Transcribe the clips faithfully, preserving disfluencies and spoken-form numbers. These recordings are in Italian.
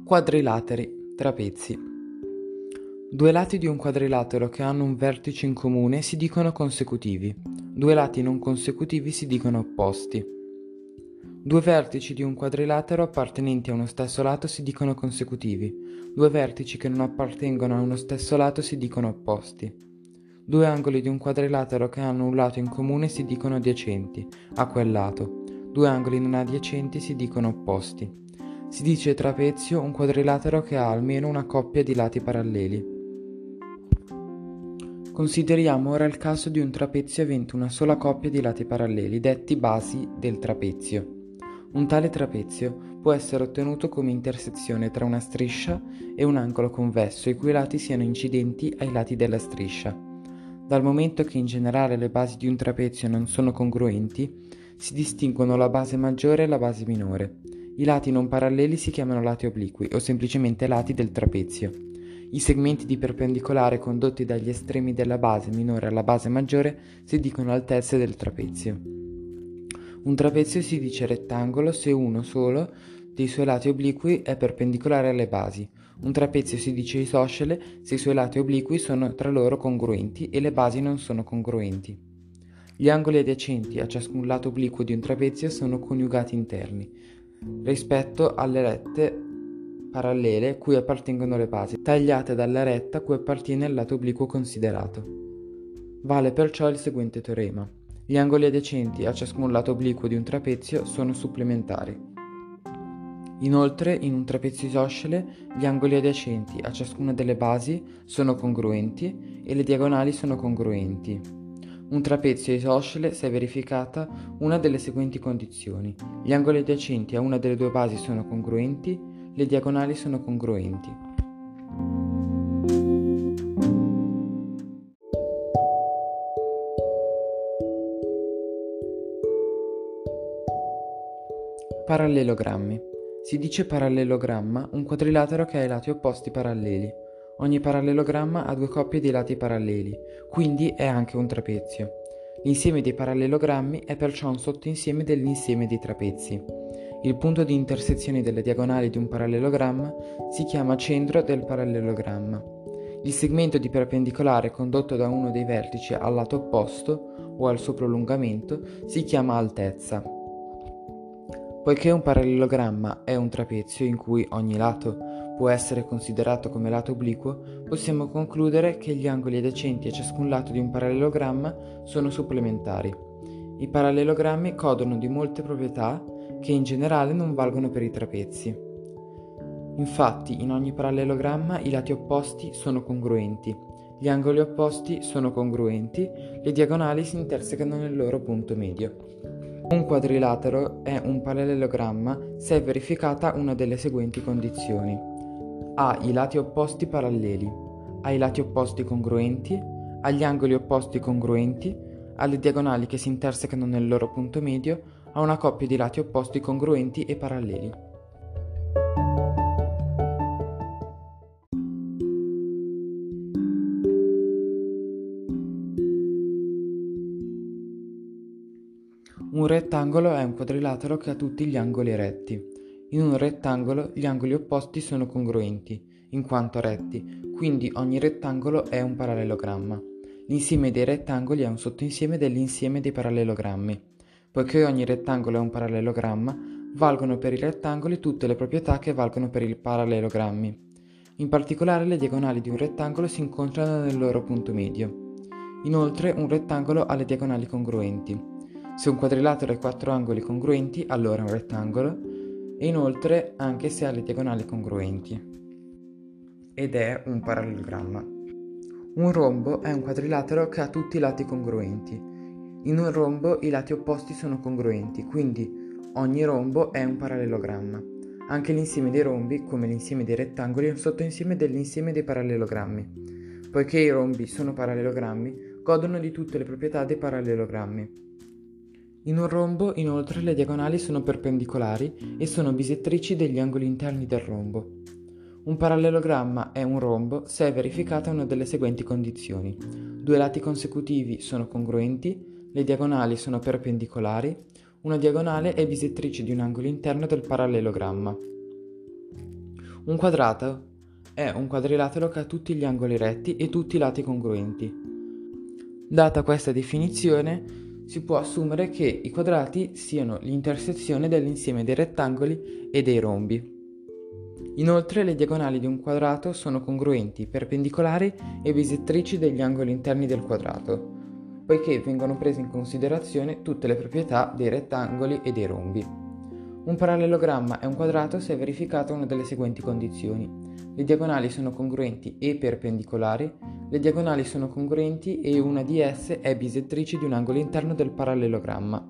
Quadrilateri, trapezi. Due lati di un quadrilatero che hanno un vertice in comune si dicono consecutivi. Due lati non consecutivi si dicono opposti. Due vertici di un quadrilatero appartenenti a uno stesso lato si dicono consecutivi. Due vertici che non appartengono a uno stesso lato si dicono opposti. Due angoli di un quadrilatero che hanno un lato in comune si dicono adiacenti a quel lato. Due angoli non adiacenti si dicono opposti. Si dice trapezio un quadrilatero che ha almeno una coppia di lati paralleli. Consideriamo ora il caso di un trapezio avente una sola coppia di lati paralleli, detti basi del trapezio. Un tale trapezio può essere ottenuto come intersezione tra una striscia e un angolo convesso i cui lati siano incidenti ai lati della striscia. Dal momento che in generale le basi di un trapezio non sono congruenti, si distinguono la base maggiore e la base minore. I lati non paralleli si chiamano lati obliqui o semplicemente lati del trapezio. I segmenti di perpendicolare condotti dagli estremi della base minore alla base maggiore si dicono altezze del trapezio. Un trapezio si dice rettangolo se uno solo dei suoi lati obliqui è perpendicolare alle basi. Un trapezio si dice isoscele se i suoi lati obliqui sono tra loro congruenti e le basi non sono congruenti. Gli angoli adiacenti a ciascun lato obliquo di un trapezio sono coniugati interni rispetto alle rette parallele cui appartengono le basi, tagliate dalla retta cui appartiene il lato obliquo considerato. Vale perciò il seguente teorema. Gli angoli adiacenti a ciascun lato obliquo di un trapezio sono supplementari. Inoltre, in un trapezio isoscele, gli angoli adiacenti a ciascuna delle basi sono congruenti e le diagonali sono congruenti. Un trapezio isoscele se è verificata una delle seguenti condizioni. Gli angoli adiacenti a una delle due basi sono congruenti, le diagonali sono congruenti. Parallelogrammi. Si dice parallelogramma un quadrilatero che ha i lati opposti paralleli. Ogni parallelogramma ha due coppie di lati paralleli, quindi è anche un trapezio. L'insieme dei parallelogrammi è perciò un sottoinsieme dell'insieme dei trapezi. Il punto di intersezione delle diagonali di un parallelogramma si chiama centro del parallelogramma. Il segmento di perpendicolare condotto da uno dei vertici al lato opposto o al suo prolungamento si chiama altezza. Poiché un parallelogramma è un trapezio in cui ogni lato può essere considerato come lato obliquo, possiamo concludere che gli angoli adiacenti a ciascun lato di un parallelogramma sono supplementari. I parallelogrammi godono di molte proprietà che in generale non valgono per i trapezi. Infatti, in ogni parallelogramma i lati opposti sono congruenti, gli angoli opposti sono congruenti, le diagonali si intersecano nel loro punto medio. Un quadrilatero è un parallelogramma se è verificata una delle seguenti condizioni. Ha i lati opposti paralleli, ha i lati opposti congruenti, ha gli angoli opposti congruenti, ha le diagonali che si intersecano nel loro punto medio, ha una coppia di lati opposti congruenti e paralleli. Un rettangolo è un quadrilatero che ha tutti gli angoli retti. In un rettangolo gli angoli opposti sono congruenti, in quanto retti, quindi ogni rettangolo è un parallelogramma. L'insieme dei rettangoli è un sottoinsieme dell'insieme dei parallelogrammi. Poiché ogni rettangolo è un parallelogramma, valgono per i rettangoli tutte le proprietà che valgono per i parallelogrammi. In particolare le diagonali di un rettangolo si incontrano nel loro punto medio. Inoltre un rettangolo ha le diagonali congruenti. Se un quadrilatero ha quattro angoli congruenti, allora è un rettangolo, e inoltre anche se ha le diagonali congruenti, ed è un parallelogramma. Un rombo è un quadrilatero che ha tutti i lati congruenti. In un rombo i lati opposti sono congruenti, quindi ogni rombo è un parallelogramma. Anche l'insieme dei rombi, come l'insieme dei rettangoli, è un sottoinsieme dell'insieme dei parallelogrammi. Poiché i rombi sono parallelogrammi, godono di tutte le proprietà dei parallelogrammi. In un rombo, inoltre, le diagonali sono perpendicolari e sono bisettrici degli angoli interni del rombo. Un parallelogramma è un rombo se è verificata una delle seguenti condizioni. Due lati consecutivi sono congruenti, le diagonali sono perpendicolari, una diagonale è bisettrice di un angolo interno del parallelogramma. Un quadrato è un quadrilatero che ha tutti gli angoli retti e tutti i lati congruenti. Data questa definizione, si può assumere che i quadrati siano l'intersezione dell'insieme dei rettangoli e dei rombi. Inoltre le diagonali di un quadrato sono congruenti, perpendicolari e bisettrici degli angoli interni del quadrato, poiché vengono prese in considerazione tutte le proprietà dei rettangoli e dei rombi. Un parallelogramma è un quadrato se è verificata una delle seguenti condizioni. Le diagonali sono congruenti e perpendicolari, le diagonali sono congruenti e una di esse è bisettrice di un angolo interno del parallelogramma.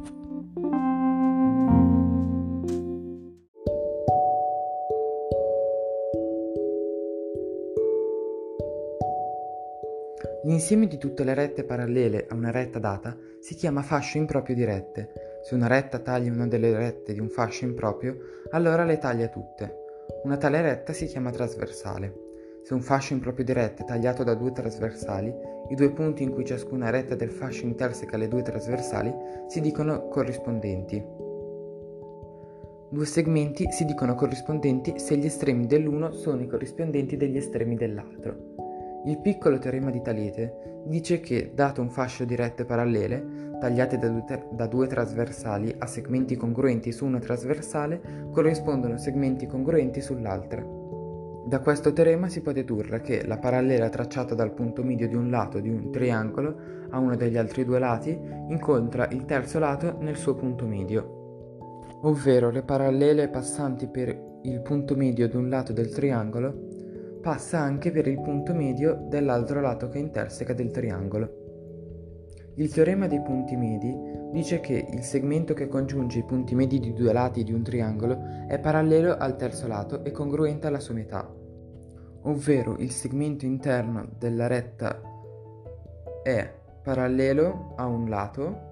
L'insieme di tutte le rette parallele a una retta data si chiama fascio improprio di rette. Se una retta taglia una delle rette di un fascio improprio, allora le taglia tutte. Una tale retta si chiama trasversale. Se un fascio improprio di rette è tagliato da due trasversali, i due punti in cui ciascuna retta del fascio interseca le due trasversali si dicono corrispondenti. Due segmenti si dicono corrispondenti se gli estremi dell'uno sono i corrispondenti degli estremi dell'altro. Il piccolo teorema di Talete dice che, dato un fascio di rette parallele, tagliate da due, ter- da due trasversali a segmenti congruenti su una trasversale, corrispondono segmenti congruenti sull'altra. Da questo teorema si può dedurre che la parallela tracciata dal punto medio di un lato di un triangolo a uno degli altri due lati incontra il terzo lato nel suo punto medio, ovvero le parallele passanti per il punto medio di un lato del triangolo passa anche per il punto medio dell'altro lato che interseca del triangolo. Il teorema dei punti medi dice che il segmento che congiunge i punti medi di due lati di un triangolo è parallelo al terzo lato e congruente alla sua metà, ovvero il segmento interno della retta è parallelo a un lato,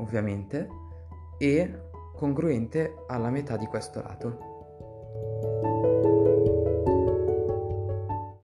ovviamente, e congruente alla metà di questo lato.